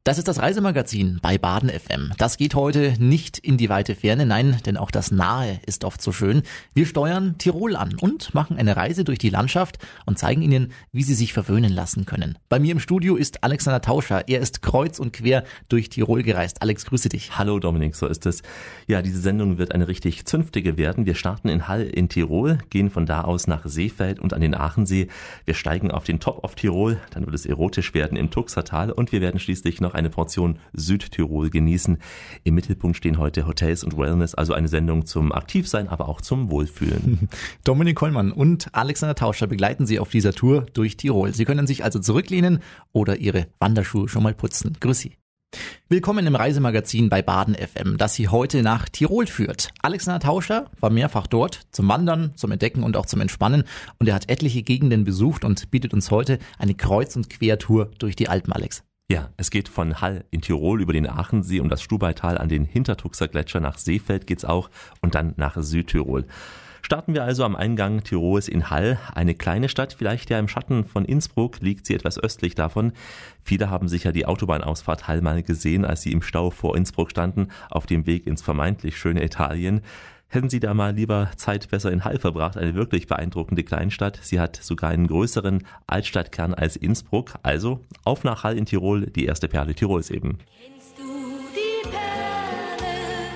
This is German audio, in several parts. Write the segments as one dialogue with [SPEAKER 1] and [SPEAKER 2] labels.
[SPEAKER 1] Das ist das Reisemagazin bei Baden FM. Das geht heute nicht in die weite Ferne, nein, denn auch das Nahe ist oft so schön. Wir steuern Tirol an und machen eine Reise durch die Landschaft und zeigen Ihnen, wie Sie sich verwöhnen lassen können. Bei mir im Studio ist Alexander Tauscher. Er ist kreuz und quer durch Tirol gereist. Alex, grüße dich.
[SPEAKER 2] Hallo Dominik, so ist es. Ja, diese Sendung wird eine richtig zünftige werden. Wir starten in Hall in Tirol, gehen von da aus nach Seefeld und an den Aachensee. Wir steigen auf den Top of Tirol, dann wird es erotisch werden im Tuxertal und wir werden schließlich noch eine Portion Südtirol genießen. Im Mittelpunkt stehen heute Hotels und Wellness, also eine Sendung zum Aktivsein, aber auch zum Wohlfühlen.
[SPEAKER 1] Dominik Kollmann und Alexander Tauscher begleiten Sie auf dieser Tour durch Tirol. Sie können sich also zurücklehnen oder Ihre Wanderschuhe schon mal putzen. Grüß Sie. Willkommen im Reisemagazin bei Baden FM, das Sie heute nach Tirol führt. Alexander Tauscher war mehrfach dort zum Wandern, zum Entdecken und auch zum Entspannen und er hat etliche Gegenden besucht und bietet uns heute eine Kreuz- und Quertour durch die Alpen, Alex.
[SPEAKER 2] Ja, es geht von Hall in Tirol über den Aachensee und das Stubaital an den Hintertuxer Gletscher, nach Seefeld geht's auch und dann nach Südtirol. Starten wir also am Eingang Tirols in Hall, eine kleine Stadt, vielleicht ja im Schatten von Innsbruck, liegt sie etwas östlich davon. Viele haben sicher die Autobahnausfahrt Hall mal gesehen, als sie im Stau vor Innsbruck standen, auf dem Weg ins vermeintlich schöne Italien. Hätten Sie da mal lieber Zeit besser in Hall verbracht, eine wirklich beeindruckende Kleinstadt. Sie hat sogar einen größeren Altstadtkern als Innsbruck. Also auf nach Hall in Tirol, die erste Perle Tirols eben.
[SPEAKER 3] Kennst du die Perle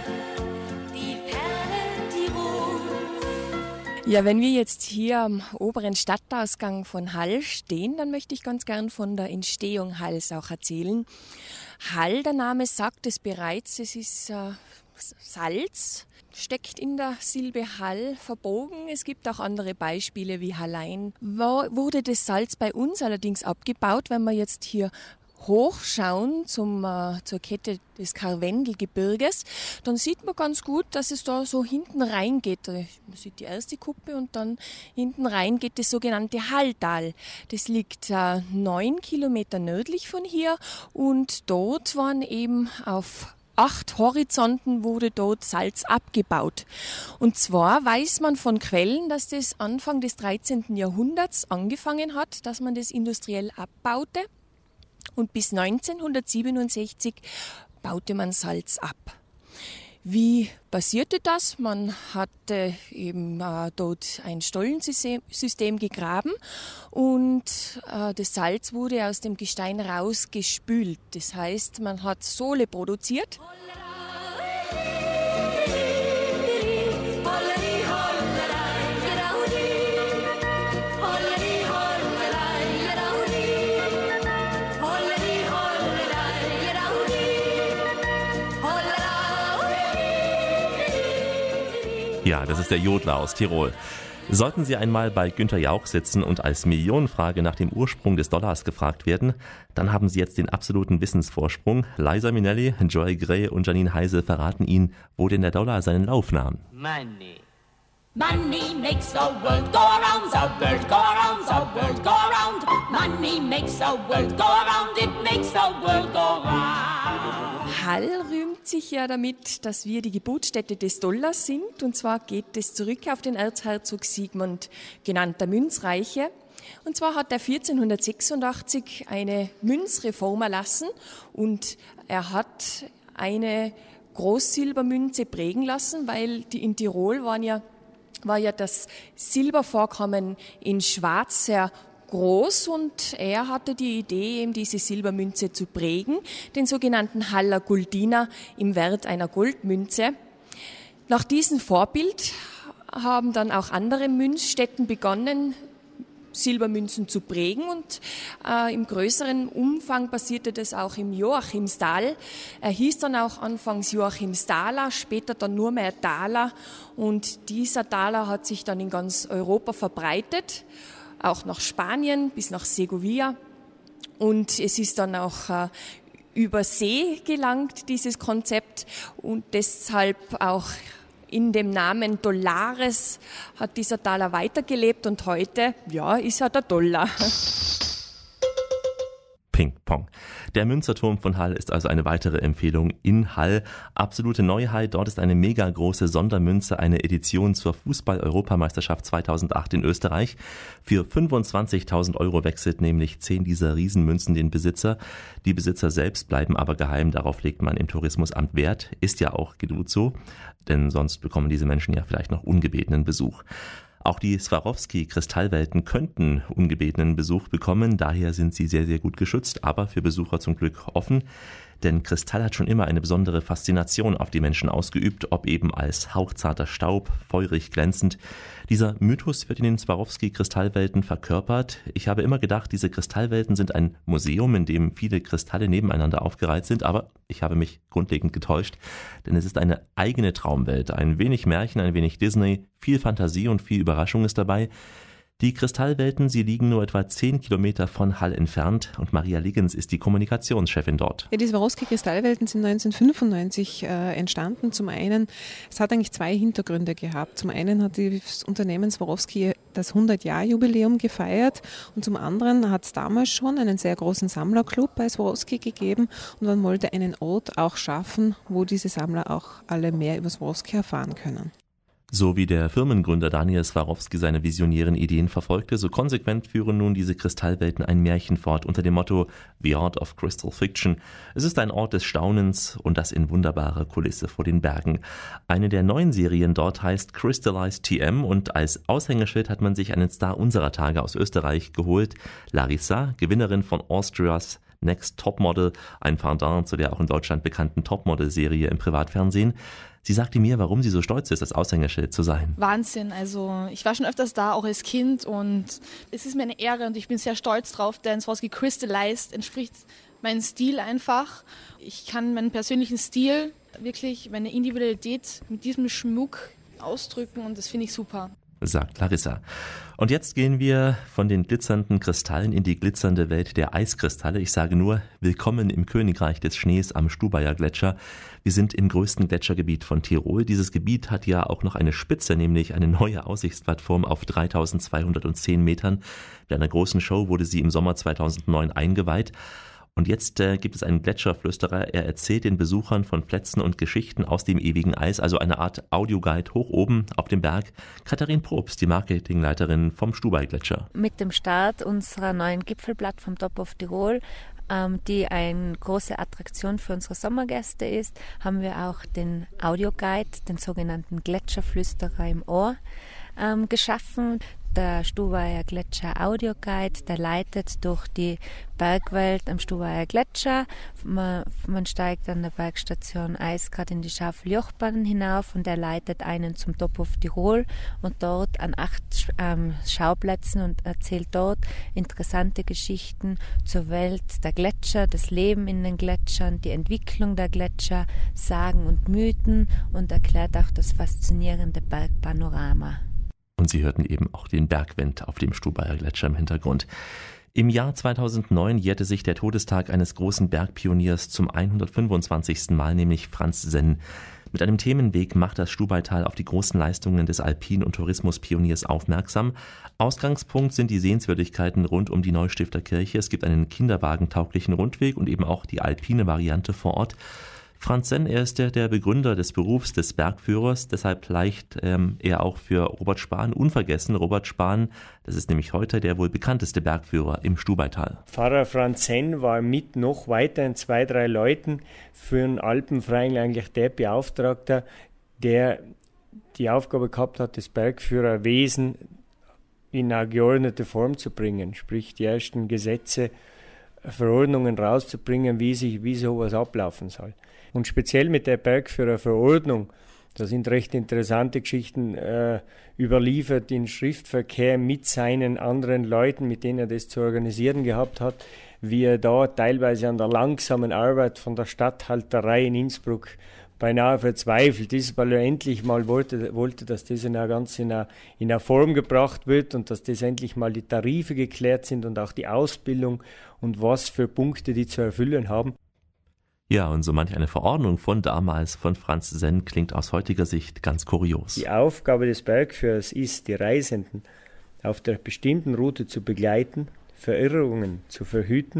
[SPEAKER 3] Tirols? Ja, wenn wir jetzt hier am oberen Stadtausgang von Hall stehen, dann möchte ich ganz gern von der Entstehung Halls auch erzählen. Hall, der Name sagt es bereits, es ist Salz, steckt in der Silbe Hall verbogen. Es gibt auch andere Beispiele wie Hallein. Wurde das Salz bei uns allerdings abgebaut, wenn wir jetzt hier hochschauen zur Kette des Karwendelgebirges, dann sieht man ganz gut, dass es da so hinten reingeht. Man sieht die erste Kuppe und dann hinten rein geht das sogenannte Halltal. Das liegt 9 Kilometer nördlich von hier und dort waren eben auf 8 Horizonten wurde dort Salz abgebaut. Und zwar weiß man von Quellen, dass das Anfang des 13. Jahrhunderts angefangen hat, dass man das industriell abbaute. Und bis 1967 baute man Salz ab. Wie passierte das? Man hatte eben dort ein Stollensystem gegraben und das Salz wurde aus dem Gestein rausgespült. Das heißt, man hat Sole produziert.
[SPEAKER 2] Ja, das ist der Jodler aus Tirol. Sollten Sie einmal bei Günther Jauch sitzen und als Millionenfrage nach dem Ursprung des Dollars gefragt werden, dann haben Sie jetzt den absoluten Wissensvorsprung. Liza Minnelli, Joy Gray und Janine Heise verraten Ihnen, wo denn der Dollar seinen Lauf nahm.
[SPEAKER 4] Money. Money makes the world go around, the world go around, the world go around. Money makes the world go around, it makes the world go round.
[SPEAKER 3] Hall rühmt sich ja damit, dass wir die Geburtsstätte des Dollars sind. Und zwar geht es zurück auf den Erzherzog Sigmund, genannt der Münzreiche. Und zwar hat er 1486 eine Münzreform erlassen und er hat eine Großsilbermünze prägen lassen, weil die in Tirol war ja das Silbervorkommen in Schwarz sehr groß und er hatte die Idee, eben diese Silbermünze zu prägen, den sogenannten Haller Guldiner im Wert einer Goldmünze. Nach diesem Vorbild haben dann auch andere Münzstätten begonnen, Silbermünzen zu prägen und im größeren Umfang passierte das auch im Joachimsthal. Er hieß dann auch anfangs Joachimsthaler, später dann nur mehr Thaler und dieser Thaler hat sich dann in ganz Europa verbreitet, auch nach Spanien bis nach Segovia und es ist dann auch über See gelangt, dieses Konzept und deshalb auch in dem Namen Dollares hat dieser Taler weitergelebt und heute, ja, ist er der Dollar.
[SPEAKER 2] Ping-Pong. Der Münzerturm von Hall ist also eine weitere Empfehlung in Hall. Absolute Neuheit, dort ist eine mega große Sondermünze, eine Edition zur Fußball-Europameisterschaft 2008 in Österreich. Für 25.000 € wechselt nämlich 10 dieser Riesenmünzen den Besitzer. Die Besitzer selbst bleiben aber geheim, darauf legt man im Tourismusamt Wert. Ist ja auch gut so, denn sonst bekommen diese Menschen ja vielleicht noch ungebetenen Besuch. Auch die Swarovski-Kristallwelten könnten ungebetenen Besuch bekommen, daher sind sie sehr, sehr gut geschützt, aber für Besucher zum Glück offen. Denn Kristall hat schon immer eine besondere Faszination auf die Menschen ausgeübt, ob eben als hauchzarter Staub, feurig glänzend. Dieser Mythos wird in den Swarovski-Kristallwelten verkörpert. Ich habe immer gedacht, diese Kristallwelten sind ein Museum, in dem viele Kristalle nebeneinander aufgereiht sind, aber ich habe mich grundlegend getäuscht, denn es ist eine eigene Traumwelt. Ein wenig Märchen, ein wenig Disney, viel Fantasie und viel Überraschung ist dabei. Die Kristallwelten, sie liegen nur etwa 10 Kilometer von Hall entfernt und Maria Liggins ist die Kommunikationschefin dort.
[SPEAKER 5] Ja, die Swarovski-Kristallwelten sind 1995 entstanden. Zum einen, es hat eigentlich 2 Hintergründe gehabt. Zum einen hat das Unternehmen Swarovski das 100-Jahr-Jubiläum gefeiert und zum anderen hat es damals schon einen sehr großen Sammlerclub bei Swarovski gegeben und man wollte einen Ort auch schaffen, wo diese Sammler auch alle mehr über Swarovski erfahren können.
[SPEAKER 2] So wie der Firmengründer Daniel Swarovski seine visionären Ideen verfolgte, so konsequent führen nun diese Kristallwelten ein Märchen fort unter dem Motto The Art of Crystal Fiction. Es ist ein Ort des Staunens und das in wunderbarer Kulisse vor den Bergen. Eine der neuen Serien dort heißt Crystallized TM und als Aushängeschild hat man sich einen Star unserer Tage aus Österreich geholt. Larissa, Gewinnerin von Austria's Next Topmodel, ein Pendant zu der auch in Deutschland bekannten Topmodel-Serie im Privatfernsehen. Sie sagte mir, warum sie so stolz ist, das Aushängeschild zu sein.
[SPEAKER 6] Wahnsinn, also ich war schon öfters da, auch als Kind und es ist mir eine Ehre und ich bin sehr stolz drauf, denn Swarovski Crystallized entspricht meinem Stil einfach. Ich kann meinen persönlichen Stil, wirklich meine Individualität mit diesem Schmuck ausdrücken und das finde ich super.
[SPEAKER 2] Sagt Larissa. Und jetzt gehen wir von den glitzernden Kristallen in die glitzernde Welt der Eiskristalle. Ich sage nur, willkommen im Königreich des Schnees am Stubaier Gletscher. Wir sind im größten Gletschergebiet von Tirol. Dieses Gebiet hat ja auch noch eine Spitze, nämlich eine neue Aussichtsplattform auf 3.210 Metern. Mit einer großen Show wurde sie im Sommer 2009 eingeweiht. Und jetzt gibt es einen Gletscherflüsterer. Er erzählt den Besuchern von Plätzen und Geschichten aus dem ewigen Eis, also eine Art Audioguide hoch oben auf dem Berg. Katharin Probst, die Marketingleiterin vom Stubai-Gletscher.
[SPEAKER 7] Mit dem Start unserer neuen Gipfelplattform Top of Tirol, die eine große Attraktion für unsere Sommergäste ist, haben wir auch den Audioguide, den sogenannten Gletscherflüsterer im Ohr, geschaffen. Der Stubaier Gletscher Audioguide, der leitet durch die Bergwelt am Stubaier Gletscher. Man steigt an der Bergstation Eisgrad in die Schaufel-Jochbahn hinauf und er leitet einen zum Top of Tirol und dort an 8 Schauplätzen und erzählt dort interessante Geschichten zur Welt der Gletscher, das Leben in den Gletschern, die Entwicklung der Gletscher, Sagen und Mythen und erklärt auch das faszinierende Bergpanorama.
[SPEAKER 2] Und Sie hörten eben auch den Bergwind auf dem Stubaier Gletscher im Hintergrund. Im Jahr 2009 jährte sich der Todestag eines großen Bergpioniers zum 125. Mal, nämlich Franz Senn. Mit einem Themenweg macht das Stubaital auf die großen Leistungen des Alpin- und Tourismuspioniers aufmerksam. Ausgangspunkt sind die Sehenswürdigkeiten rund um die Neustifter Kirche. Es gibt einen kinderwagentauglichen Rundweg und eben auch die alpine Variante vor Ort. Franz Senn, er ist der Begründer des Berufs des Bergführers, deshalb leicht er auch für Robert Spahn unvergessen. Robert Spahn, das ist nämlich heute der wohl bekannteste Bergführer im Stubaital.
[SPEAKER 8] Pfarrer Franz Senn war mit noch weiteren 2, 3 Leuten für den Alpenverein eigentlich der Beauftragte, der die Aufgabe gehabt hat, das Bergführerwesen in eine geordnete Form zu bringen, sprich die ersten Gesetze, Verordnungen rauszubringen, wie sowas ablaufen soll. Und speziell mit der Bergführerverordnung, da sind recht interessante Geschichten überliefert in Schriftverkehr mit seinen anderen Leuten, mit denen er das zu organisieren gehabt hat, wie er da teilweise an der langsamen Arbeit von der Statthalterei in Innsbruck beinahe verzweifelt ist, weil er endlich mal wollte, dass das in einer Form gebracht wird und dass das endlich mal die Tarife geklärt sind und auch die Ausbildung und was für Punkte die zu erfüllen haben.
[SPEAKER 2] Ja, und so manch eine Verordnung von damals von Franz Senn klingt aus heutiger Sicht ganz kurios.
[SPEAKER 8] Die Aufgabe des Bergführers ist, die Reisenden auf der bestimmten Route zu begleiten, Verirrungen zu verhüten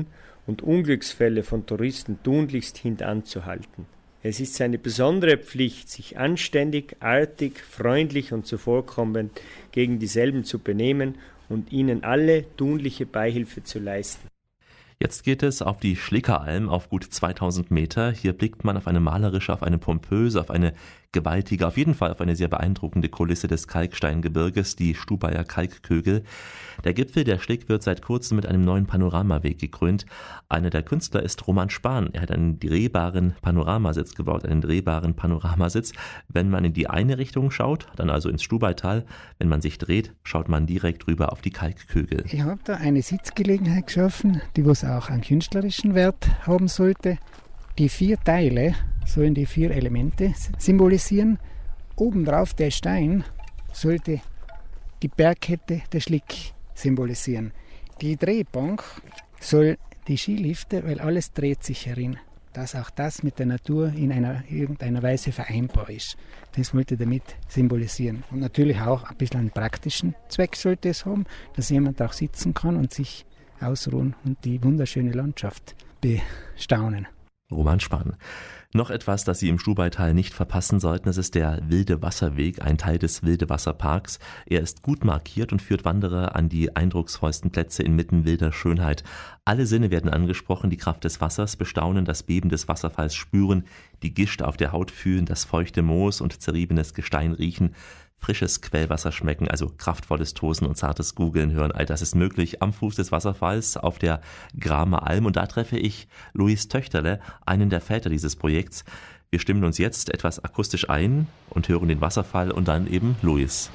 [SPEAKER 8] und Unglücksfälle von Touristen tunlichst hintanzuhalten. Es ist seine besondere Pflicht, sich anständig, artig, freundlich und zuvorkommend gegen dieselben zu benehmen und ihnen alle tunliche Beihilfe zu leisten.
[SPEAKER 2] Jetzt geht es auf die Schlickeralm auf gut 2000 Meter. Hier blickt man auf eine malerische, auf eine pompöse, auf eine gewaltige, auf jeden Fall auf eine sehr beeindruckende Kulisse des Kalksteingebirges, die Stubaier Kalkkögel. Der Gipfel der Schlick wird seit kurzem mit einem neuen Panoramaweg gekrönt. Einer der Künstler ist Roman Spahn. Er hat einen drehbaren Panoramasitz gebaut, einen drehbaren Panoramasitz. Wenn man in die eine Richtung schaut, dann also ins Stubaital. Wenn man sich dreht, schaut man direkt rüber auf die Kalkkögel.
[SPEAKER 9] Ich habe da eine Sitzgelegenheit geschaffen, die was auch einen künstlerischen Wert haben sollte. Die 4 Teile sollen die 4 Elemente symbolisieren. Obendrauf der Stein sollte die Bergkette der Schlick symbolisieren. Die Drehbank soll die Skilifte, weil alles dreht sich herin, dass auch das mit der Natur in irgendeiner Weise vereinbar ist. Das wollte damit symbolisieren. Und natürlich auch ein bisschen einen praktischen Zweck sollte es haben, dass jemand auch sitzen kann und sich ausruhen und die wunderschöne Landschaft bestaunen.
[SPEAKER 2] Roman Spahn. Noch etwas, das Sie im Stubaital nicht verpassen sollten, das ist der Wilde Wasserweg, ein Teil des Wilde Wasserparks. Er ist gut markiert und führt Wanderer an die eindrucksvollsten Plätze inmitten wilder Schönheit. Alle Sinne werden angesprochen, die Kraft des Wassers bestaunen, das Beben des Wasserfalls spüren, die Gischt auf der Haut fühlen, das feuchte Moos und zerriebenes Gestein riechen, frisches Quellwasser schmecken, also kraftvolles Tosen und zartes Gugeln hören. All das ist möglich am Fuß des Wasserfalls auf der Gramer Alm. Und da treffe ich Luis Töchterle, einen der Väter dieses Projekts. Wir stimmen uns jetzt etwas akustisch ein und hören den Wasserfall und dann eben Luis.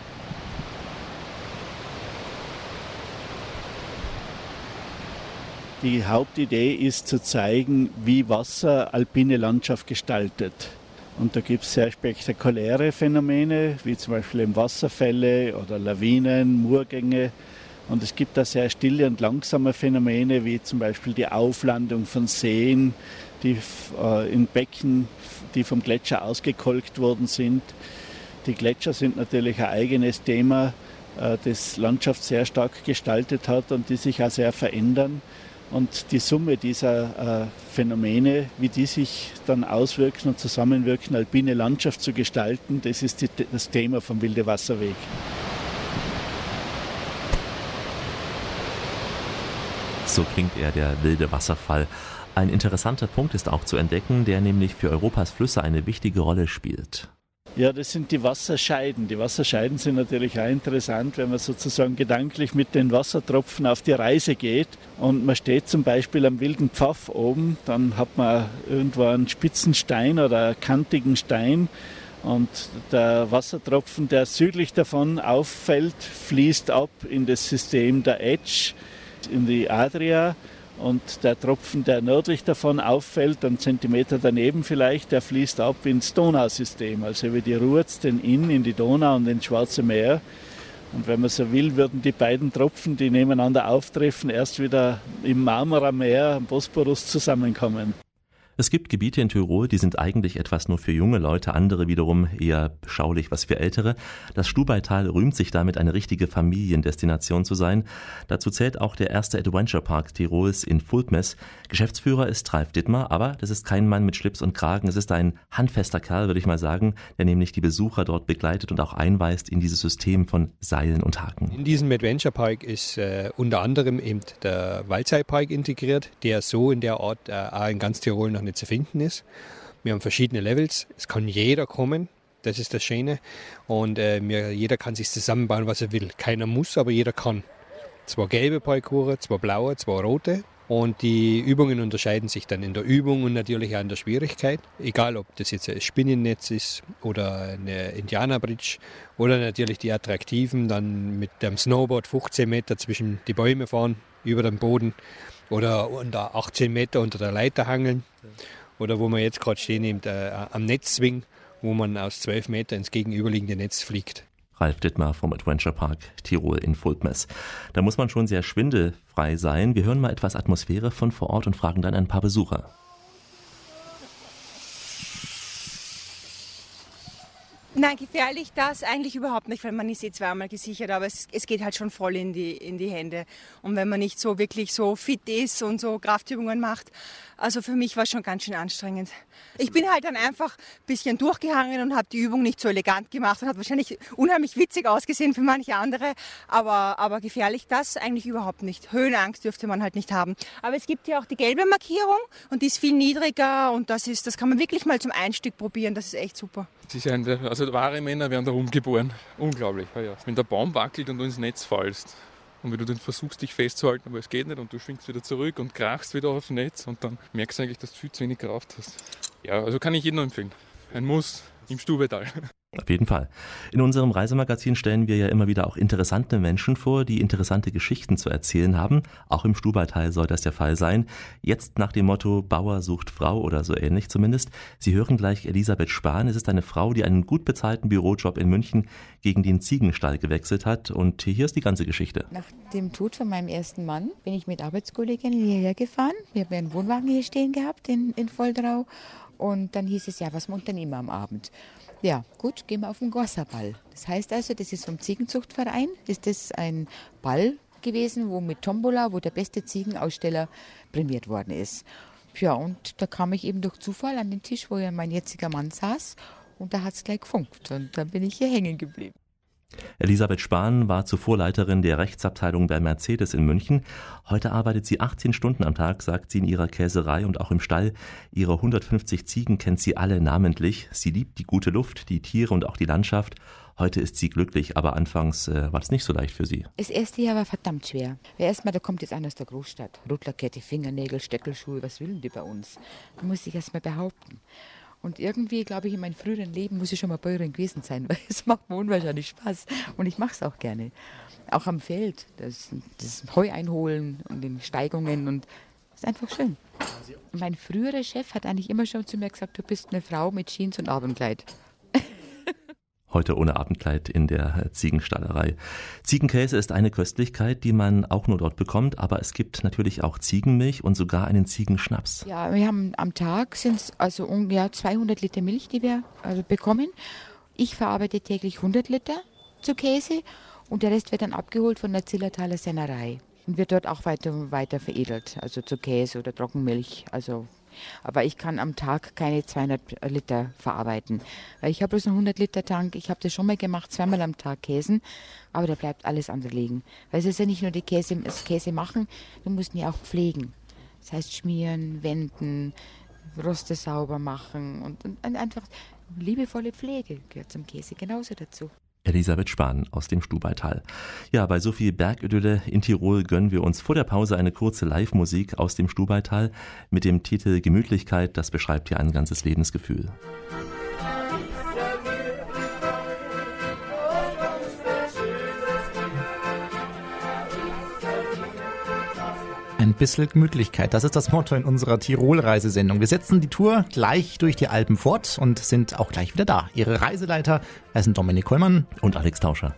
[SPEAKER 10] Die Hauptidee ist zu zeigen, wie Wasser alpine Landschaft gestaltet. Und da gibt es sehr spektakuläre Phänomene, wie zum Beispiel eben Wasserfälle oder Lawinen, Murgänge. Und es gibt da sehr stille und langsame Phänomene, wie zum Beispiel die Auflandung von Seen, die in Becken, die vom Gletscher ausgekolkt worden sind. Die Gletscher sind natürlich ein eigenes Thema, das Landschaft sehr stark gestaltet hat und die sich auch sehr verändern. Und die Summe dieser Phänomene, wie die sich dann auswirken und zusammenwirken, alpine Landschaft zu gestalten, das ist das Thema vom Wilde Wasserweg.
[SPEAKER 2] So klingt er, der Wilde Wasserfall. Ein interessanter Punkt ist auch zu entdecken, der nämlich für Europas Flüsse eine wichtige Rolle spielt.
[SPEAKER 10] Ja, das sind die Wasserscheiden. Die Wasserscheiden sind natürlich auch interessant, wenn man sozusagen gedanklich mit den Wassertropfen auf die Reise geht und man steht zum Beispiel am Wilden Pfaff oben, dann hat man irgendwo einen spitzen Stein oder einen kantigen Stein und der Wassertropfen, der südlich davon auffällt, fließt ab in das System der Etsch, in die Adria. Und der Tropfen, der nördlich davon auffällt, einen Zentimeter daneben vielleicht, der fließt ab ins Donausystem, also über die Rurz, den Inn in die Donau und ins Schwarze Meer. Und wenn man so will, würden die beiden Tropfen, die nebeneinander auftreffen, erst wieder im Marmarameer, am Bosporus zusammenkommen.
[SPEAKER 2] Es gibt Gebiete in Tirol, die sind eigentlich etwas nur für junge Leute, andere wiederum eher beschaulich was für Ältere. Das Stubaital rühmt sich damit, eine richtige Familiendestination zu sein. Dazu zählt auch der erste Adventure Park Tirols in Fulpmes. Geschäftsführer ist Ralf Dittmar, aber das ist kein Mann mit Schlips und Kragen. Es ist ein handfester Kerl, würde ich mal sagen, der nämlich die Besucher dort begleitet und auch einweist in dieses System von Seilen und Haken.
[SPEAKER 11] In diesem Adventure Park ist unter anderem eben der Waldseilpark integriert, der so in der Art auch in ganz Tirol noch nicht zu finden ist. Wir haben verschiedene Levels, es kann jeder kommen, das ist das Schöne und jeder kann sich zusammenbauen, was er will. Keiner muss, aber jeder kann. 2 gelbe Parcours, 2 blaue, 2 rote und die Übungen unterscheiden sich dann in der Übung und natürlich auch in der Schwierigkeit. Egal, ob das jetzt ein Spinnennetz ist oder eine Indianerbridge oder natürlich die attraktiven, dann mit dem Snowboard 15 Meter zwischen die Bäume fahren, über den Boden oder unter 18 Meter unter der Leiter hangeln oder wo wir jetzt gerade stehen, eben am Netzswing, wo man aus 12 Meter ins gegenüberliegende Netz fliegt.
[SPEAKER 2] Ralf Dittmar vom Adventure Park Tirol in Fulpmes. Da muss man schon sehr schwindelfrei sein. Wir hören mal etwas Atmosphäre von vor Ort und fragen dann ein paar Besucher.
[SPEAKER 12] Nein, gefährlich das eigentlich überhaupt nicht, weil man ist zweimal gesichert, aber es geht halt schon voll in die Hände. Und wenn man nicht so wirklich so fit ist und so Kraftübungen macht, also für mich war es schon ganz schön anstrengend. Ich bin halt dann einfach ein bisschen durchgehangen und habe die Übung nicht so elegant gemacht und hat wahrscheinlich unheimlich witzig ausgesehen für manche andere, aber gefährlich das eigentlich überhaupt nicht. Höhenangst dürfte man halt nicht haben. Aber es gibt ja auch die gelbe Markierung und die ist viel niedriger und das kann man wirklich mal zum Einstieg probieren, das ist echt super.
[SPEAKER 13] Also wahre Männer werden da rumgeboren. Unglaublich. Ja. Wenn der Baum wackelt und du ins Netz fallst und wenn du dann versuchst, dich festzuhalten, aber es geht nicht und du schwingst wieder zurück und krachst wieder aufs Netz und dann merkst du eigentlich, dass du viel zu wenig Kraft hast. Ja, also kann ich jedem empfehlen. Ein Muss im Stubaital.
[SPEAKER 2] Auf jeden Fall. In unserem Reisemagazin stellen wir ja immer wieder auch interessante Menschen vor, die interessante Geschichten zu erzählen haben. Auch im Stubaital soll das der Fall sein. Jetzt nach dem Motto Bauer sucht Frau oder so ähnlich zumindest. Sie hören gleich Elisabeth Spahn. Es ist eine Frau, die einen gut bezahlten Bürojob in München gegen den Ziegenstall gewechselt hat. Und hier ist die ganze Geschichte.
[SPEAKER 14] Nach dem Tod von meinem ersten Mann bin ich mit Arbeitskolleginnen hierher gefahren. Wir haben einen Wohnwagen hier stehen gehabt in Voldrau. Und dann hieß es, ja, was macht denn immer am Abend? Ja, gut, gehen wir auf den Gossa-Ball. Das heißt also, das ist vom Ziegenzuchtverein, ist das ein Ball gewesen, wo mit Tombola, wo der beste Ziegenaussteller prämiert worden ist. Ja, und da kam ich eben durch Zufall an den Tisch, wo ja mein jetziger Mann saß und da hat es gleich gefunkt und dann bin ich hier hängen geblieben.
[SPEAKER 2] Elisabeth Spahn war zuvor Leiterin der Rechtsabteilung bei Mercedes in München. Heute arbeitet sie 18 Stunden am Tag, sagt sie in ihrer Käserei und auch im Stall. Ihre 150 Ziegen kennt sie alle namentlich. Sie liebt die gute Luft, die Tiere und auch die Landschaft. Heute ist sie glücklich, aber anfangs war es nicht so leicht für sie.
[SPEAKER 14] Das erste Jahr war verdammt schwer. Erstmal, da kommt jetzt einer aus der Großstadt. Rotlerkette, Fingernägel, Stöckelschuhe, was will denn die bei uns? Da muss ich erstmal behaupten. Und irgendwie, glaube ich, in meinem früheren Leben muss ich schon mal Bäuerin gewesen sein, weil es macht mir unwahrscheinlich Spaß. Und ich mache es auch gerne. Auch am Feld, das Heu einholen und den Steigungen und das ist einfach schön. Und mein früherer Chef hat eigentlich immer schon zu mir gesagt, du bist eine Frau mit Jeans und Abendkleid.
[SPEAKER 2] Heute ohne Abendkleid in der Ziegenstallerei. Ziegenkäse ist eine Köstlichkeit, die man auch nur dort bekommt, aber es gibt natürlich auch Ziegenmilch und sogar einen Ziegenschnaps.
[SPEAKER 14] Ja, wir haben am Tag sind es also ungefähr 200 Liter Milch, die wir bekommen. Ich verarbeite täglich 100 Liter zu Käse und der Rest wird dann abgeholt von der Zillertaler Sennerei und wird dort auch weiter veredelt, also zu Käse oder Trockenmilch, aber ich kann am Tag keine 200 Liter verarbeiten, weil ich habe bloß einen 100 Liter Tank. Ich habe das schon mal gemacht, zweimal am Tag Käsen, aber da bleibt alles andere liegen. Weil es ist ja nicht nur das Käse machen, du musst ihn ja auch pflegen. Das heißt schmieren, wenden, Roste sauber machen und einfach liebevolle Pflege gehört zum Käse genauso dazu.
[SPEAKER 2] Elisabeth Spahn aus dem Stubaital. Ja, bei so viel Bergidylle in Tirol gönnen wir uns vor der Pause eine kurze Live-Musik aus dem Stubaital mit dem Titel Gemütlichkeit. Das beschreibt ja ein ganzes Lebensgefühl.
[SPEAKER 1] Ein bisschen Gemütlichkeit, das ist das Motto in unserer Tirol-Reisesendung. Wir setzen die Tour gleich durch die Alpen fort und sind auch gleich wieder da. Ihre Reiseleiter sind Dominik Kollmann
[SPEAKER 2] und Alex Tauscher.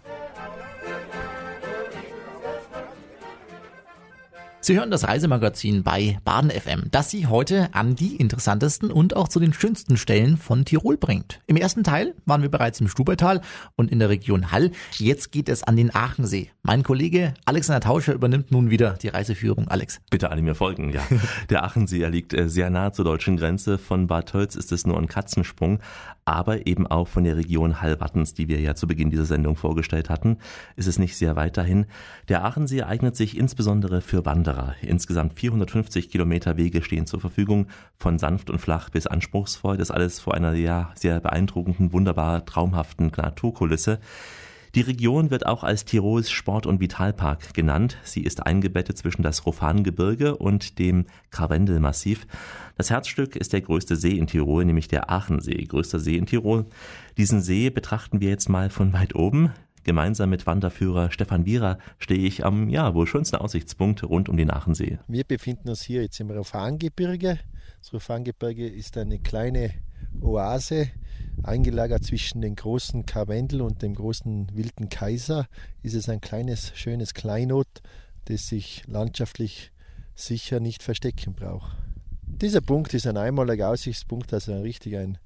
[SPEAKER 1] Sie hören das Reisemagazin bei Baden FM, das Sie heute an die interessantesten und auch zu den schönsten Stellen von Tirol bringt. Im ersten Teil waren wir bereits im Stubaital und in der Region Hall. Jetzt geht es an den Aachensee. Mein Kollege Alexander Tauscher übernimmt nun wieder die Reiseführung. Alex.
[SPEAKER 2] Bitte alle mir folgen, ja. Der Aachensee liegt sehr nah zur deutschen Grenze. Von Bad Tölz ist es nur ein Katzensprung. Aber eben auch von der Region Hall-Wattens, die wir ja zu Beginn dieser Sendung vorgestellt hatten, ist es nicht sehr weit dahin. Der Aachensee eignet sich insbesondere für Wanderer. Insgesamt 450 Kilometer Wege stehen zur Verfügung, von sanft und flach bis anspruchsvoll. Das alles vor einer sehr beeindruckenden, wunderbar traumhaften Naturkulisse. Die Region wird auch als Tirols Sport- und Vitalpark genannt. Sie ist eingebettet zwischen das Rofan-Gebirge und dem Karwendel-Massiv. Das Herzstück ist der größte See in Tirol, nämlich der Aachensee, größter See in Tirol. Diesen See betrachten wir jetzt mal von weit oben. Gemeinsam mit Wanderführer Stefan Wierer stehe ich am wohl schönsten Aussichtspunkt rund um den Aachensee.
[SPEAKER 15] Wir befinden uns hier jetzt im Rofan-Gebirge. Das Rofan-Gebirge ist eine kleine Oase, eingelagert zwischen den großen Karwendel und dem großen Wilden Kaiser. Ist es ein kleines, schönes Kleinod, das sich landschaftlich sicher nicht verstecken braucht. Dieser Punkt ist ein einmaliger Aussichtspunkt, also ein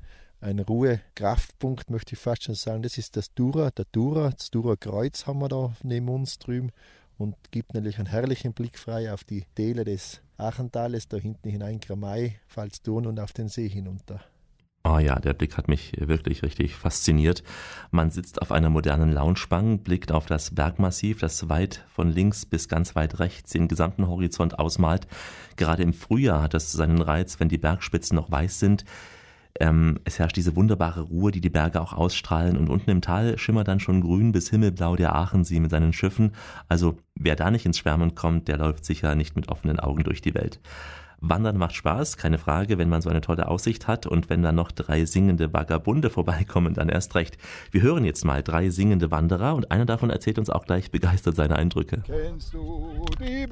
[SPEAKER 15] ein Ruhekraftpunkt, möchte ich fast schon sagen. Das ist das Dura, das Dura-Kreuz haben wir da neben uns drüben und gibt natürlich einen herrlichen Blick frei auf die Täler des Aachentales, da hinten hinein Gramei, Pfalzdurn und auf den See hinunter.
[SPEAKER 2] Oh ja, der Blick hat mich wirklich richtig fasziniert. Man sitzt auf einer modernen Loungebank, blickt auf das Bergmassiv, das weit von links bis ganz weit rechts den gesamten Horizont ausmalt. Gerade im Frühjahr hat es seinen Reiz, wenn die Bergspitzen noch weiß sind. Es herrscht diese wunderbare Ruhe, die die Berge auch ausstrahlen, und unten im Tal schimmert dann schon grün bis himmelblau der Aachensee mit seinen Schiffen. Also wer da nicht ins Schwärmen kommt, der läuft sicher nicht mit offenen Augen durch die Welt. Wandern macht Spaß, keine Frage, wenn man so eine tolle Aussicht hat, und wenn dann noch 3 singende Vagabunde vorbeikommen, dann erst recht. Wir hören jetzt mal 3 singende Wanderer und einer davon erzählt uns auch gleich begeistert seine Eindrücke.
[SPEAKER 16] Kennst du die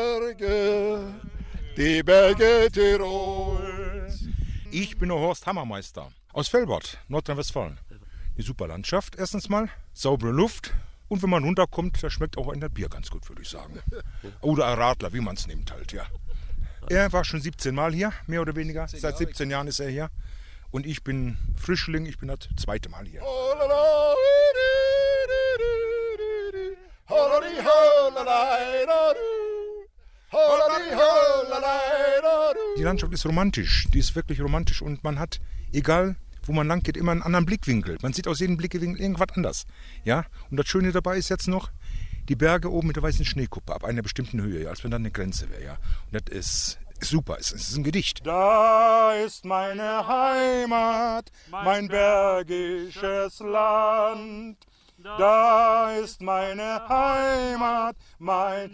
[SPEAKER 16] Berge Tirols? Ich bin der Horst Hammermeister aus Velbert, Nordrhein-Westfalen. Eine super Landschaft, erstens mal, saubere Luft, und wenn man runterkommt, da schmeckt auch ein Bier ganz gut, würde ich sagen. Oder ein Radler, wie man es nimmt halt, ja. Er war schon 17 Mal hier, mehr oder weniger. Seit 17 Jahren ist er hier. Und ich bin Frischling, ich bin das 2. Mal hier. Die Landschaft ist romantisch, die ist wirklich romantisch, und man hat, egal wo man lang geht, immer einen anderen Blickwinkel. Man sieht aus jedem Blickwinkel irgendwas anders. Ja? Und das Schöne dabei ist jetzt noch, die Berge oben mit der weißen Schneekuppe ab einer bestimmten Höhe, ja, als wenn dann eine Grenze wäre. Ja. Und das ist super, es ist ein Gedicht. Da ist meine Heimat, mein bergisches Land. Da ist meine Heimat, mein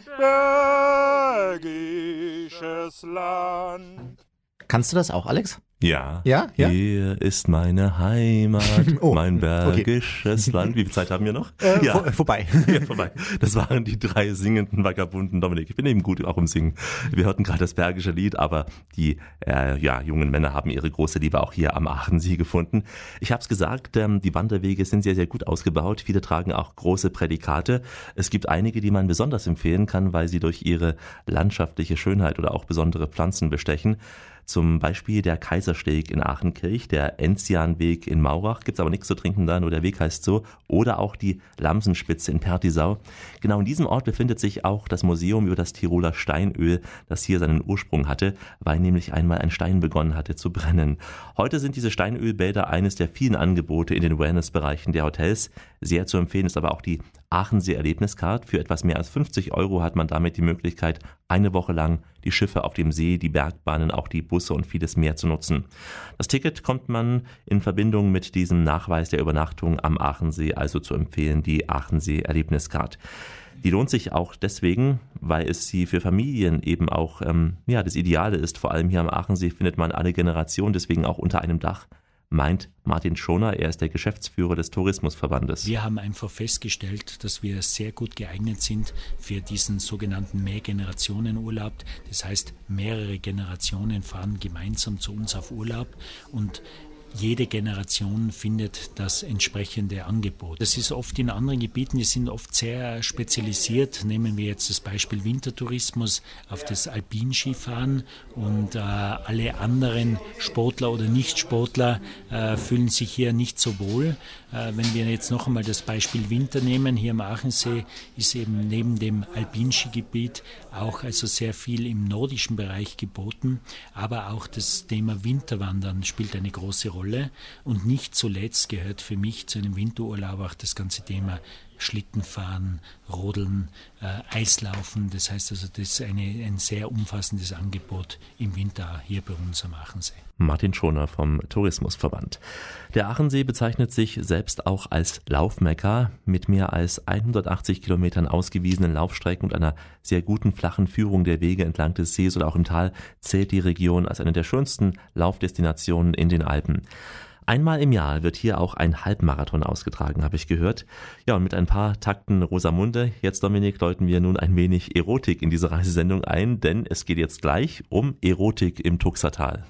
[SPEAKER 16] bergisches Land.
[SPEAKER 1] Kannst du das auch, Alex?
[SPEAKER 2] Ja.
[SPEAKER 1] Ja?
[SPEAKER 2] Hier ist meine Heimat, mein bergisches Land. Wie viel Zeit haben wir noch?
[SPEAKER 1] Vorbei.
[SPEAKER 2] Ja, vorbei. Das waren die 3 singenden Vagabunden. Dominik, ich bin eben gut auch im Singen. Wir hörten gerade das bergische Lied, aber die jungen Männer haben ihre große Liebe auch hier am Aachensee gefunden. Ich habe es gesagt, die Wanderwege sind sehr, sehr gut ausgebaut. Viele tragen auch große Prädikate. Es gibt einige, die man besonders empfehlen kann, weil sie durch ihre landschaftliche Schönheit oder auch besondere Pflanzen bestechen. Zum Beispiel der Kaisersteg in Aachenkirch, der Enzianweg in Maurach, gibt's aber nichts zu trinken da, nur der Weg heißt so, oder auch die Lamsenspitze in Pertisau. Genau in diesem Ort befindet sich auch das Museum über das Tiroler Steinöl, das hier seinen Ursprung hatte, weil nämlich einmal ein Stein begonnen hatte zu brennen. Heute sind diese Steinölbäder eines der vielen Angebote in den Wellnessbereichen der Hotels. Sehr zu empfehlen ist aber auch die Aachensee-Erlebniscard. Für etwas mehr als 50 € hat man damit die Möglichkeit, eine Woche lang die Schiffe auf dem See, die Bergbahnen, auch die Busse und vieles mehr zu nutzen. Das Ticket kommt man in Verbindung mit diesem Nachweis der Übernachtung am Aachensee also zu empfehlen, die Aachensee-Erlebniscard. Die lohnt sich auch deswegen, weil es sie für Familien eben auch das Ideale ist. Vor allem hier am Aachensee findet man alle Generationen, deswegen auch unter einem Dach. Meint Martin Schoner, er ist der Geschäftsführer des Tourismusverbandes.
[SPEAKER 17] Wir haben einfach festgestellt, dass wir sehr gut geeignet sind für diesen sogenannten Mehrgenerationenurlaub. Das heißt, mehrere Generationen fahren gemeinsam zu uns auf Urlaub und jede Generation findet das entsprechende Angebot. Das ist oft in anderen Gebieten, die sind oft sehr spezialisiert. Nehmen wir jetzt das Beispiel Wintertourismus auf das Alpinskifahren und alle anderen Sportler oder Nichtsportler fühlen sich hier nicht so wohl. Wenn wir jetzt noch einmal das Beispiel Winter nehmen, hier am Aachensee ist eben neben dem Alpinskigebiet auch also sehr viel im nordischen Bereich geboten, aber auch das Thema Winterwandern spielt eine große Rolle. Und nicht zuletzt gehört für mich zu einem Winterurlaub auch das ganze Thema Schlittenfahren, Rodeln, Eislaufen. Das heißt also, das ist ein sehr umfassendes Angebot im Winter hier bei uns am Aachensee.
[SPEAKER 2] Martin Schoner vom Tourismusverband. Der Aachensee bezeichnet sich selbst auch als Laufmekka. Mit mehr als 180 Kilometern ausgewiesenen Laufstrecken und einer sehr guten flachen Führung der Wege entlang des Sees oder auch im Tal zählt die Region als eine der schönsten Laufdestinationen in den Alpen. Einmal im Jahr wird hier auch ein Halbmarathon ausgetragen, habe ich gehört. Ja, und mit ein paar Takten Rosamunde, jetzt Dominik, läuten wir nun ein wenig Erotik in diese Reisesendung ein, denn es geht jetzt gleich um Erotik im Tuxertal.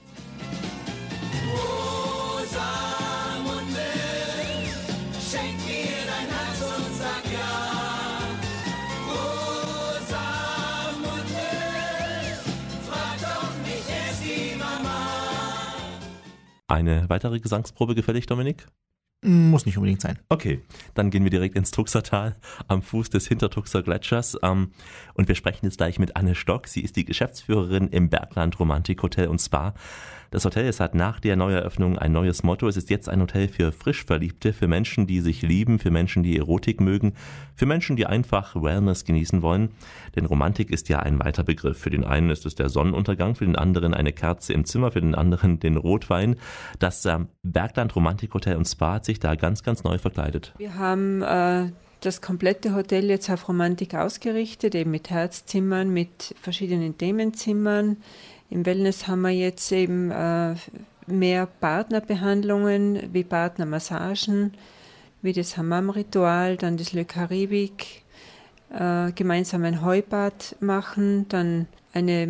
[SPEAKER 2] Eine weitere Gesangsprobe gefällig, Dominik?
[SPEAKER 1] Muss nicht unbedingt sein.
[SPEAKER 2] Okay, dann gehen wir direkt ins Tuxertal am Fuß des Hintertuxer Gletschers und wir sprechen jetzt gleich mit Anne Stock. Sie ist die Geschäftsführerin im Bergland Romantik Hotel und Spa. Das Hotel hat nach der Neueröffnung ein neues Motto. Es ist jetzt ein Hotel für Frischverliebte, für Menschen, die sich lieben, für Menschen, die Erotik mögen, für Menschen, die einfach Wellness genießen wollen. Denn Romantik ist ja ein weiter Begriff. Für den einen ist es der Sonnenuntergang, für den anderen eine Kerze im Zimmer, für den anderen den Rotwein. Das Bergland Romantik Hotel und Spa hat sich da ganz, ganz neu verkleidet.
[SPEAKER 18] Wir haben das komplette Hotel jetzt auf Romantik ausgerichtet, eben mit Herzzimmern, mit verschiedenen Themenzimmern. Im Wellness haben wir jetzt eben mehr Partnerbehandlungen wie Partnermassagen, wie das Hammam-Ritual, dann das Le Caribik, gemeinsam ein Heubad machen, dann eine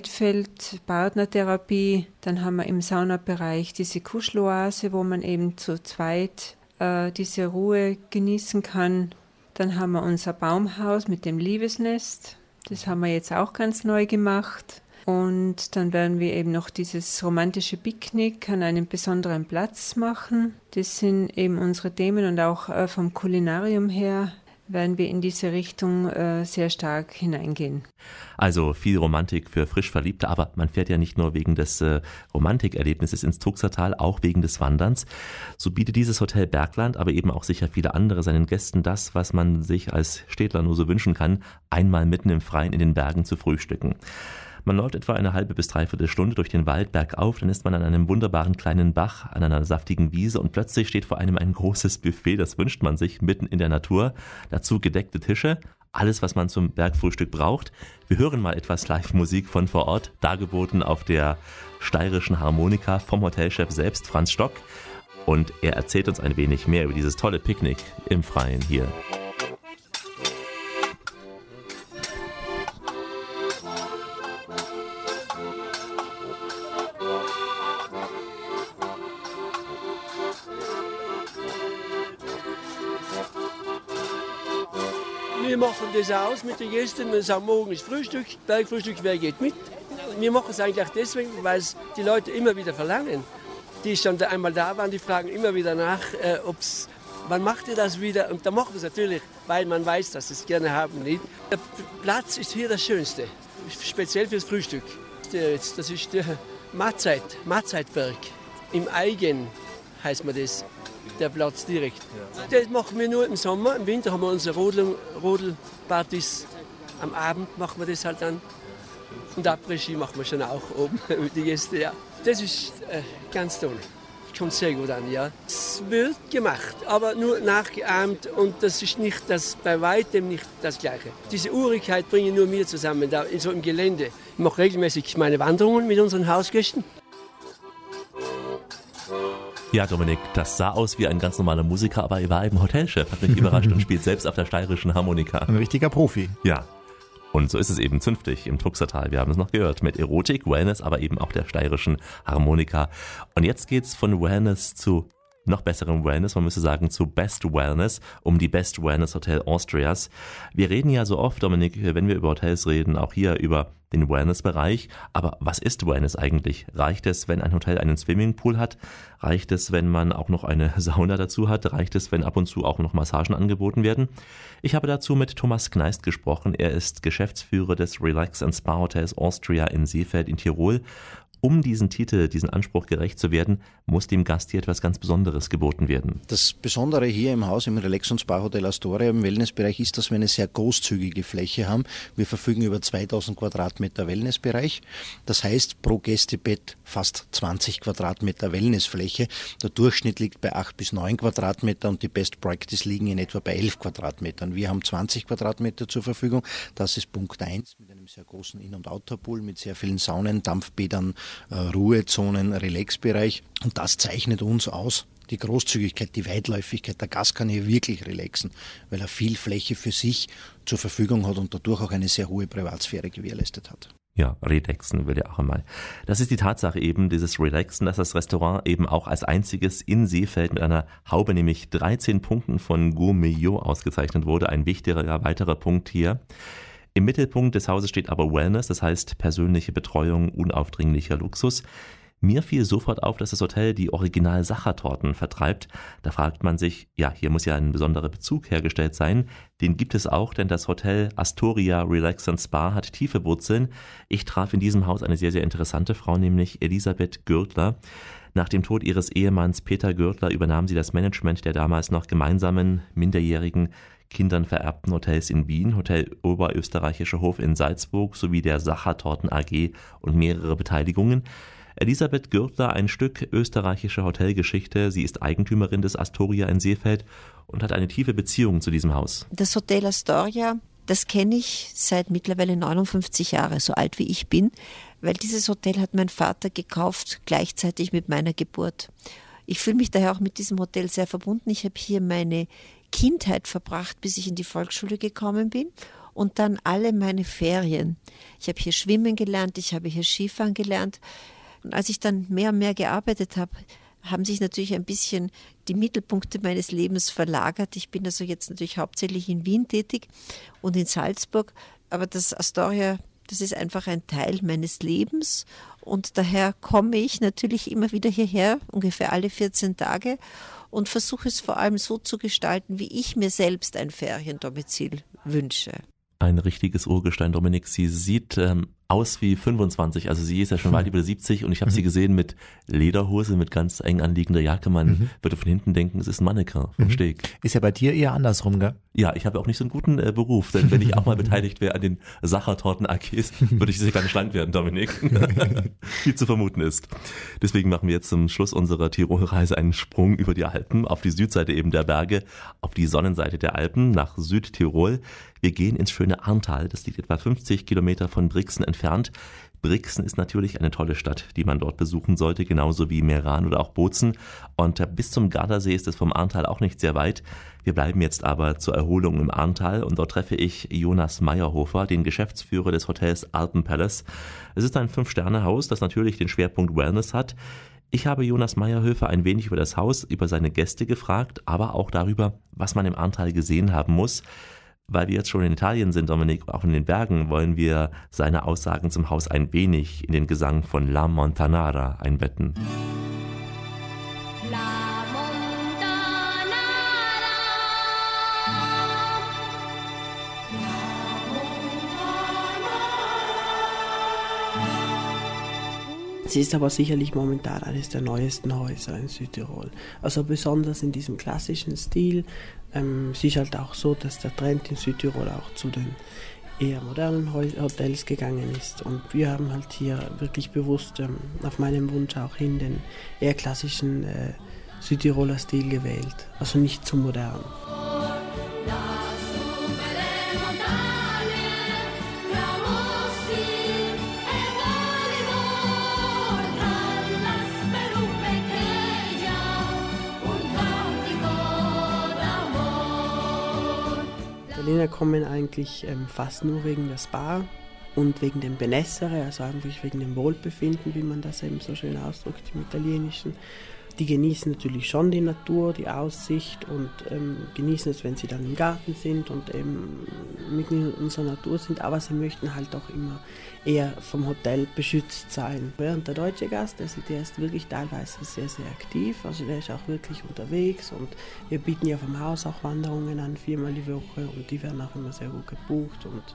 [SPEAKER 18] Magnetfeld-Partnertherapie, dann haben wir im Saunabereich diese Kuscheloase, wo man eben zu zweit diese Ruhe genießen kann. Dann haben wir unser Baumhaus mit dem Liebesnest, das haben wir jetzt auch ganz neu gemacht. Und dann werden wir eben noch dieses romantische Picknick an einem besonderen Platz machen. Das sind eben unsere Themen und auch vom Kulinarium her werden wir in diese Richtung sehr stark hineingehen.
[SPEAKER 2] Also viel Romantik für frisch Verliebte, aber man fährt ja nicht nur wegen des Romantikerlebnisses ins Tuxertal, auch wegen des Wanderns. So bietet dieses Hotel Bergland, aber eben auch sicher viele andere seinen Gästen das, was man sich als Städtler nur so wünschen kann, einmal mitten im Freien in den Bergen zu frühstücken. Man läuft etwa eine halbe bis dreiviertel Stunde durch den Wald bergauf, dann ist man an einem wunderbaren kleinen Bach, an einer saftigen Wiese und plötzlich steht vor einem ein großes Buffet, das wünscht man sich, mitten in der Natur. Dazu gedeckte Tische, alles was man zum Bergfrühstück braucht. Wir hören mal etwas Live-Musik von vor Ort, dargeboten auf der steirischen Harmonika vom Hotelchef selbst, Franz Stock. Und er erzählt uns ein wenig mehr über dieses tolle Picknick im Freien hier.
[SPEAKER 19] Wir machen das aus mit den Gästen, wir sagen, morgen ist Frühstück, Bergfrühstück, wer geht mit? Wir machen es eigentlich auch deswegen, weil es die Leute immer wieder verlangen. Die schon einmal da waren, die fragen immer wieder nach, wann macht ihr das wieder? Und da machen wir es natürlich, weil man weiß, dass sie es gerne haben. Nicht? Der Platz ist hier das Schönste, speziell fürs Frühstück. Das ist der Mahlzeitberg. Im Eigen heißt man das. Der Platz direkt. Das machen wir nur im Sommer. Im Winter haben wir unsere Rodelpartys. Am Abend machen wir das halt dann. Und Après-Ski machen wir schon auch oben mit den Gästen. Ja. Das ist ganz toll. Kommt sehr gut an, ja. Es wird gemacht, aber nur nachgeahmt und das ist nicht bei weitem nicht das Gleiche. Diese Urigkeit bringen nur wir zusammen, da so im Gelände. Ich mache regelmäßig meine Wanderungen mit unseren Hausgästen.
[SPEAKER 2] Ja, Dominik, das sah aus wie ein ganz normaler Musiker, aber er war eben Hotelchef, hat mich überrascht und spielt selbst auf der steirischen Harmonika.
[SPEAKER 1] Ein richtiger Profi.
[SPEAKER 2] Ja. Und so ist es eben zünftig im Tuxertal. Wir haben es noch gehört mit Erotik, Wellness, aber eben auch der steirischen Harmonika. Und jetzt geht's von Wellness zu noch besserem Wellness, man müsste sagen zu Best Wellness, um die Best Wellness Hotel Austrias. Wir reden ja so oft, Dominik, wenn wir über Hotels reden, auch hier über den Wellness-Bereich. Aber was ist Wellness eigentlich? Reicht es, wenn ein Hotel einen Swimmingpool hat? Reicht es, wenn man auch noch eine Sauna dazu hat? Reicht es, wenn ab und zu auch noch Massagen angeboten werden? Ich habe dazu mit Thomas Kneist gesprochen. Er ist Geschäftsführer des Relax & Spa Hotels Austria in Seefeld in Tirol. Um diesen Titel, diesen Anspruch gerecht zu werden, muss dem Gast hier etwas ganz Besonderes geboten werden.
[SPEAKER 20] Das Besondere hier im Haus, im Relax & Spa Hotel Astoria, im Wellnessbereich, ist, dass wir eine sehr großzügige Fläche haben. Wir verfügen über 2000 Quadratmeter Wellnessbereich. Das heißt, pro Gästebett fast 20 Quadratmeter Wellnessfläche. Der Durchschnitt liegt bei 8 bis 9 Quadratmeter und die Best Practice liegen in etwa bei 11 Quadratmetern. Wir haben 20 Quadratmeter zur Verfügung. Das ist Punkt 1 mit einem sehr großen In- und Outdoor-Pool mit sehr vielen Saunen, Dampfbädern, Ruhezonen, Relaxbereich. Und das zeichnet uns aus. Die Großzügigkeit, die Weitläufigkeit. Der Gast kann hier wirklich relaxen, weil er viel Fläche für sich zur Verfügung hat und dadurch auch eine sehr hohe Privatsphäre gewährleistet hat.
[SPEAKER 2] Ja, relaxen will er auch einmal. Das ist die Tatsache eben, dieses Relaxen, dass das Restaurant eben auch als einziges in Seefeld mit einer Haube, nämlich 13 Punkten von Gourmillot ausgezeichnet wurde. Ein wichtiger weiterer Punkt hier. Im Mittelpunkt des Hauses steht aber Wellness, das heißt persönliche Betreuung, unaufdringlicher Luxus. Mir fiel sofort auf, dass das Hotel die Original-Sachertorten vertreibt. Da fragt man sich, ja, hier muss ja ein besonderer Bezug hergestellt sein. Den gibt es auch, denn das Hotel Astoria Relax & Spa hat tiefe Wurzeln. Ich traf in diesem Haus eine sehr, sehr interessante Frau, nämlich Elisabeth Gürtler. Nach dem Tod ihres Ehemanns Peter Gürtler übernahm sie das Management der damals noch gemeinsamen, minderjährigen, Kindern vererbten Hotels in Wien, Hotel Oberösterreichischer Hof in Salzburg sowie der Sachertorten AG und mehrere Beteiligungen. Elisabeth Gürtler, ein Stück österreichischer Hotelgeschichte. Sie ist Eigentümerin des Astoria in Seefeld und hat eine tiefe Beziehung zu diesem Haus.
[SPEAKER 21] Das Hotel Astoria, das kenne ich seit mittlerweile 59 Jahren, so alt wie ich bin, weil dieses Hotel hat mein Vater gekauft, gleichzeitig mit meiner Geburt. Ich fühle mich daher auch mit diesem Hotel sehr verbunden. Ich habe hier meine Kindheit verbracht, bis ich in die Volksschule gekommen bin und dann alle meine Ferien. Ich habe hier schwimmen gelernt, ich habe hier Skifahren gelernt. Und als ich dann mehr und mehr gearbeitet habe, haben sich natürlich ein bisschen die Mittelpunkte meines Lebens verlagert. Ich bin also jetzt natürlich hauptsächlich in Wien tätig und in Salzburg, aber das Astoria, das ist einfach ein Teil meines Lebens und daher komme ich natürlich immer wieder hierher, ungefähr alle 14 Tage und versuche es vor allem so zu gestalten, wie ich mir selbst ein Feriendomizil wünsche.
[SPEAKER 2] Ein richtiges Urgestein, Dominik. Sie sieht aus wie 25, also sie ist ja schon weit über 70 und ich habe sie gesehen mit Lederhose, mit ganz eng anliegender Jacke. Man würde von hinten denken, es ist ein Mannequin vom Steg.
[SPEAKER 1] Ist ja bei dir eher andersrum, gell?
[SPEAKER 2] Ja, ich habe auch nicht so einen guten Beruf, denn wenn ich auch mal beteiligt wäre an den Sachertorten AGs, würde ich sicher gar nicht schlank werden, Dominik. Wie zu vermuten ist. Deswegen machen wir jetzt zum Schluss unserer Tirolreise einen Sprung über die Alpen, auf die Südseite eben der Berge, auf die Sonnenseite der Alpen, nach Südtirol. Wir gehen ins schöne Arntal, das liegt etwa 50 Kilometer von Brixen entfernt. Brixen ist natürlich eine tolle Stadt, die man dort besuchen sollte, genauso wie Meran oder auch Bozen. Und bis zum Gardasee ist es vom Arntal auch nicht sehr weit. Wir bleiben jetzt aber zur Erholung im Arntal und dort treffe ich Jonas Meyerhofer, den Geschäftsführer des Hotels Alpenpalace. Es ist ein 5-Sterne-Haus, das natürlich den Schwerpunkt Wellness hat. Ich habe Jonas Meyerhofer ein wenig über das Haus, über seine Gäste gefragt, aber auch darüber, was man im Arntal gesehen haben muss. Weil wir jetzt schon in Italien sind, Dominik, auch in den Bergen, wollen wir seine Aussagen zum Haus ein wenig in den Gesang von La Montanara einbetten.
[SPEAKER 22] Es ist aber sicherlich momentan eines der neuesten Häuser in Südtirol. Also besonders in diesem klassischen Stil. Es ist halt auch so, dass der Trend in Südtirol auch zu den eher modernen Hotels gegangen ist. Und wir haben halt hier wirklich bewusst auf meinen Wunsch auch hin den eher klassischen Südtiroler Stil gewählt. Also nicht zu modern. Italiener kommen eigentlich fast nur wegen der Spa und wegen dem Benessere, also einfach wegen dem Wohlbefinden, wie man das eben so schön ausdrückt im Italienischen. Die genießen natürlich schon die Natur, die Aussicht und genießen es, wenn sie dann im Garten sind und eben mitten in unserer Natur sind, aber sie möchten halt auch immer eher vom Hotel beschützt sein. Während der deutsche Gast, der ist wirklich teilweise sehr, sehr aktiv, also der ist auch wirklich unterwegs und wir bieten ja vom Haus auch Wanderungen an, 4-mal die Woche und die werden auch immer sehr gut gebucht und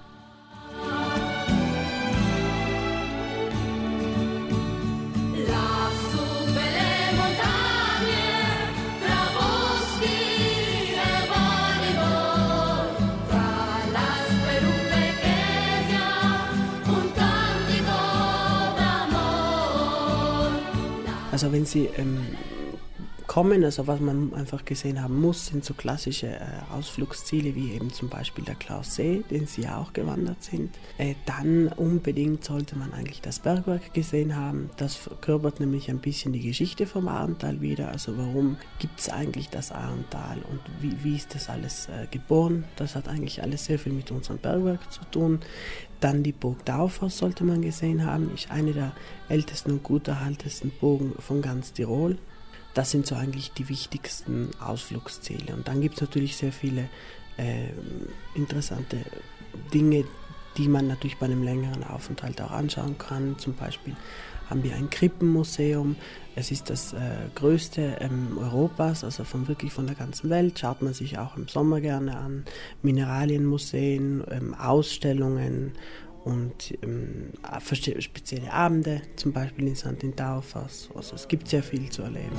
[SPEAKER 22] also wenn Sie kommen, also was man einfach gesehen haben muss, sind so klassische Ausflugsziele wie eben zum Beispiel der Klaussee, den Sie ja auch gewandert sind. Dann unbedingt sollte man eigentlich das Bergwerk gesehen haben. Das verkörpert nämlich ein bisschen die Geschichte vom Arntal wieder. Also warum gibt es eigentlich das Arntal und wie ist das alles geboren? Das hat eigentlich alles sehr viel mit unserem Bergwerk zu tun. Dann die Burg Daufers sollte man gesehen haben, ist eine der ältesten und gut erhaltensten Burgen von ganz Tirol. Das sind so eigentlich die wichtigsten Ausflugsziele. Und dann gibt es natürlich sehr viele interessante Dinge, die man natürlich bei einem längeren Aufenthalt auch anschauen kann. Zum Beispiel haben wir ein Krippenmuseum. Es ist das größte Europas, also von der ganzen Welt. Schaut man sich auch im Sommer gerne an. Mineralienmuseen, Ausstellungen und spezielle Abende, zum Beispiel in St. Taufas. Also es gibt sehr viel zu erleben.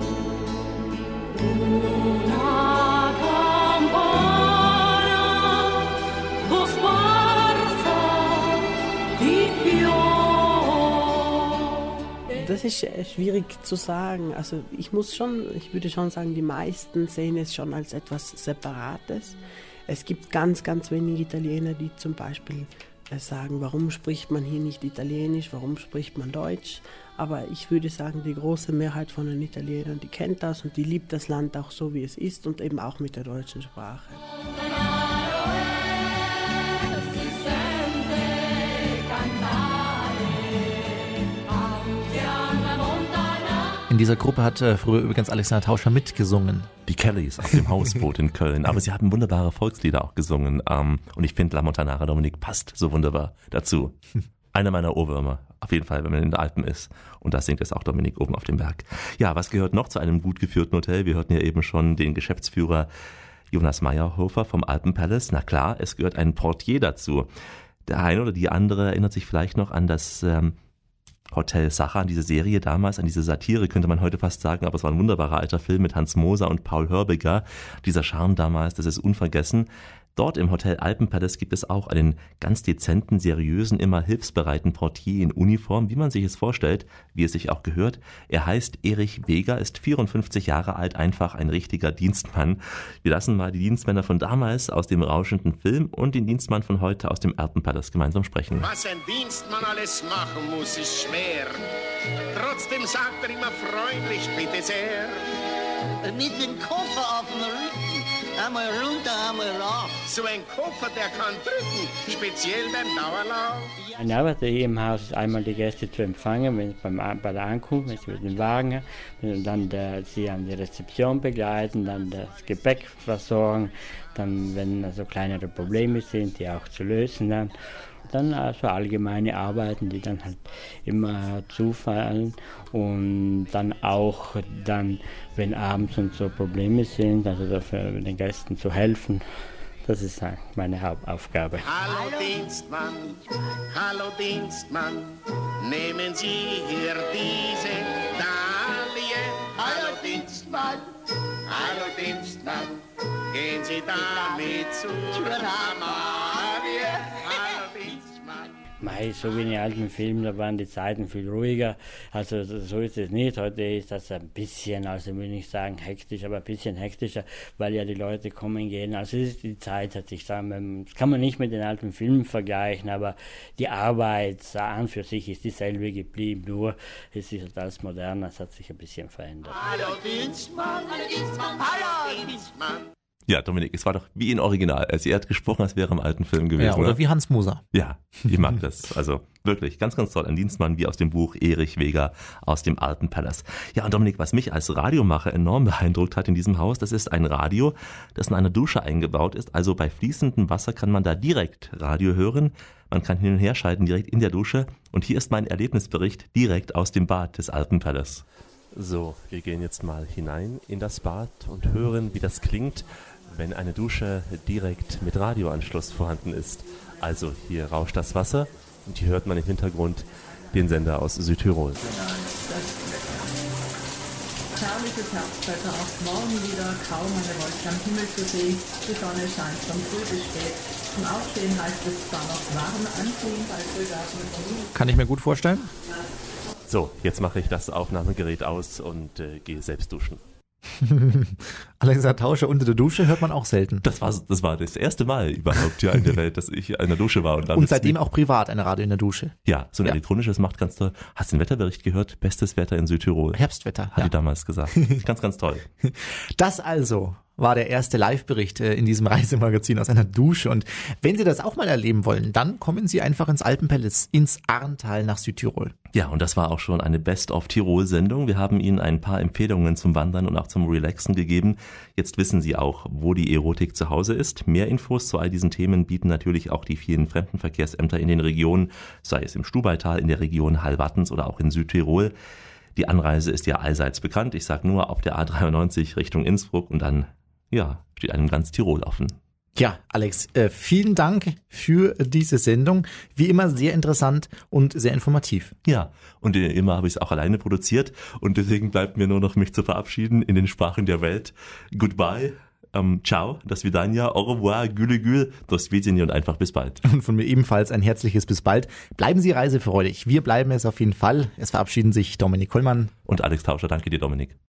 [SPEAKER 22] Das ist schwierig zu sagen. Also ich würde schon sagen, die meisten sehen es schon als etwas Separates. Es gibt ganz, ganz wenige Italiener, die zum Beispiel sagen, warum spricht man hier nicht Italienisch, warum spricht man Deutsch. Aber ich würde sagen, die große Mehrheit von den Italienern, die kennt das und die liebt das Land auch so, wie es ist und eben auch mit der deutschen Sprache.
[SPEAKER 1] In dieser Gruppe hat früher übrigens Alexander Tauscher mitgesungen.
[SPEAKER 2] Die Kellys auf dem Hausboot in Köln. Aber sie haben wunderbare Volkslieder auch gesungen. Und ich finde, La Montanara, Dominik, passt so wunderbar dazu. Einer meiner Ohrwürmer, auf jeden Fall, wenn man in den Alpen ist. Und da singt es auch Dominik oben auf dem Berg. Ja, was gehört noch zu einem gut geführten Hotel? Wir hörten ja eben schon den Geschäftsführer Jonas Meyerhofer vom Alpenpalace. Na klar, es gehört ein Portier dazu. Der eine oder die andere erinnert sich vielleicht noch an das Hotel Sacher, an diese Serie damals, an diese Satire, könnte man heute fast sagen, aber es war ein wunderbarer alter Film mit Hans Moser und Paul Hörbiger. Dieser Charme damals, das ist unvergessen. Dort im Hotel Alpenpalace gibt es auch einen ganz dezenten, seriösen, immer hilfsbereiten Portier in Uniform, wie man sich es vorstellt, wie es sich auch gehört. Er heißt Erich Weger, ist 54 Jahre alt, einfach ein richtiger Dienstmann. Wir lassen mal die Dienstmänner von damals aus dem rauschenden Film und den Dienstmann von heute aus dem Alpenpalace gemeinsam sprechen.
[SPEAKER 3] Was ein Dienstmann alles machen muss, ist schwer. Trotzdem sagt er immer freundlich, bitte sehr.
[SPEAKER 4] Mit dem Koffer auf dem Rücken, einmal runter, einmal rauf.
[SPEAKER 3] So ein Koffer, der kann drücken, speziell beim Dauerlauf.
[SPEAKER 23] Meine Arbeit hier im Haus ist einmal die Gäste zu empfangen, bei der Ankunft, wenn sie mit dem Wagen, dann sie an die Rezeption begleiten, dann das Gepäck versorgen, dann wenn also kleinere Probleme sind, die auch zu lösen dann also allgemeine Arbeiten, die dann halt immer zufallen und dann auch wenn abends und so Probleme sind, also dafür den Gästen zu helfen. Das ist meine Hauptaufgabe.
[SPEAKER 3] Hallo Dienstmann, nehmen Sie hier diese Dalie. Hallo Dienstmann, gehen Sie damit zur Amalie.
[SPEAKER 23] So wie in den alten Filmen, da waren die Zeiten viel ruhiger. Also so ist es nicht. Heute ist das ein bisschen, also will ich sagen hektisch, aber ein bisschen hektischer, weil ja die Leute kommen gehen. Also die Zeit hat sich, das kann man nicht mit den alten Filmen vergleichen, aber die Arbeit an für sich ist dieselbe geblieben, nur es ist alles moderner, es hat sich ein bisschen verändert.
[SPEAKER 3] Hallo Dienstmann, hallo Dienstmann.
[SPEAKER 2] Ja, Dominik, es war doch wie in Original. Er hat gesprochen, als wäre im alten Film gewesen.
[SPEAKER 1] Ja, oder wie Hans Moser.
[SPEAKER 2] Ja, ich mag das. Also wirklich ganz, ganz toll. Ein Dienstmann wie aus dem Buch Erich Weger aus dem Alpenpalace. Ja, und Dominik, was mich als Radiomacher enorm beeindruckt hat in diesem Haus, das ist ein Radio, das in einer Dusche eingebaut ist. Also bei fließendem Wasser kann man da direkt Radio hören. Man kann hin und her schalten direkt in der Dusche. Und hier ist mein Erlebnisbericht direkt aus dem Bad des Alpenpalace. So, wir gehen jetzt mal hinein in das Bad und hören, wie das klingt, wenn eine Dusche direkt mit Radioanschluss vorhanden ist. Also hier rauscht das Wasser und hier hört man im Hintergrund den Sender aus Südtirol.
[SPEAKER 24] Herrliches Herbstwetter, auch morgen wieder kaum eine Wolke am Himmel zu sehen. Die Sonne scheint von früh bis spät. Zum Aufstehen heißt es zwar noch warm anziehen, weil früh
[SPEAKER 1] Kann ich mir gut vorstellen.
[SPEAKER 2] So, jetzt mache ich das Aufnahmegerät aus und gehe selbst duschen.
[SPEAKER 1] Alexander Tauscher unter der Dusche hört man auch selten.
[SPEAKER 2] Das war das erste Mal überhaupt in der Welt, dass ich in der Dusche war.
[SPEAKER 1] Und seitdem auch privat eine Radio in der Dusche.
[SPEAKER 2] Ja, so ein elektronisches macht ganz toll. Hast du den Wetterbericht gehört? Bestes Wetter in Südtirol.
[SPEAKER 1] Herbstwetter.
[SPEAKER 2] Hat die damals gesagt. Ganz, ganz toll.
[SPEAKER 1] Das also war der erste Live-Bericht in diesem Reisemagazin aus einer Dusche. Und wenn Sie das auch mal erleben wollen, dann kommen Sie einfach ins Alpenpalace, ins Arntal nach Südtirol.
[SPEAKER 2] Ja, und das war auch schon eine Best-of-Tirol-Sendung. Wir haben Ihnen ein paar Empfehlungen zum Wandern und auch zum Relaxen gegeben. Jetzt wissen Sie auch, wo die Erotik zu Hause ist. Mehr Infos zu all diesen Themen bieten natürlich auch die vielen Fremdenverkehrsämter in den Regionen, sei es im Stubaital, in der Region Hallwattens oder auch in Südtirol. Die Anreise ist ja allseits bekannt. Ich sage nur auf der A93 Richtung Innsbruck und dann, ja, steht einem ganz Tirol offen.
[SPEAKER 1] Ja, Alex, vielen Dank für diese Sendung. Wie immer sehr interessant und sehr informativ.
[SPEAKER 2] Ja, und immer habe ich es auch alleine produziert und deswegen bleibt mir nur noch, mich zu verabschieden in den Sprachen der Welt. Goodbye, ciao, das Vidania, au revoir, güle gül, do svidjenje und einfach bis bald.
[SPEAKER 1] Und von mir ebenfalls ein herzliches bis bald. Bleiben Sie reisefreudig. Wir bleiben es auf jeden Fall. Es verabschieden sich Dominik Kollmann
[SPEAKER 2] und Alex Tauscher. Danke dir, Dominik.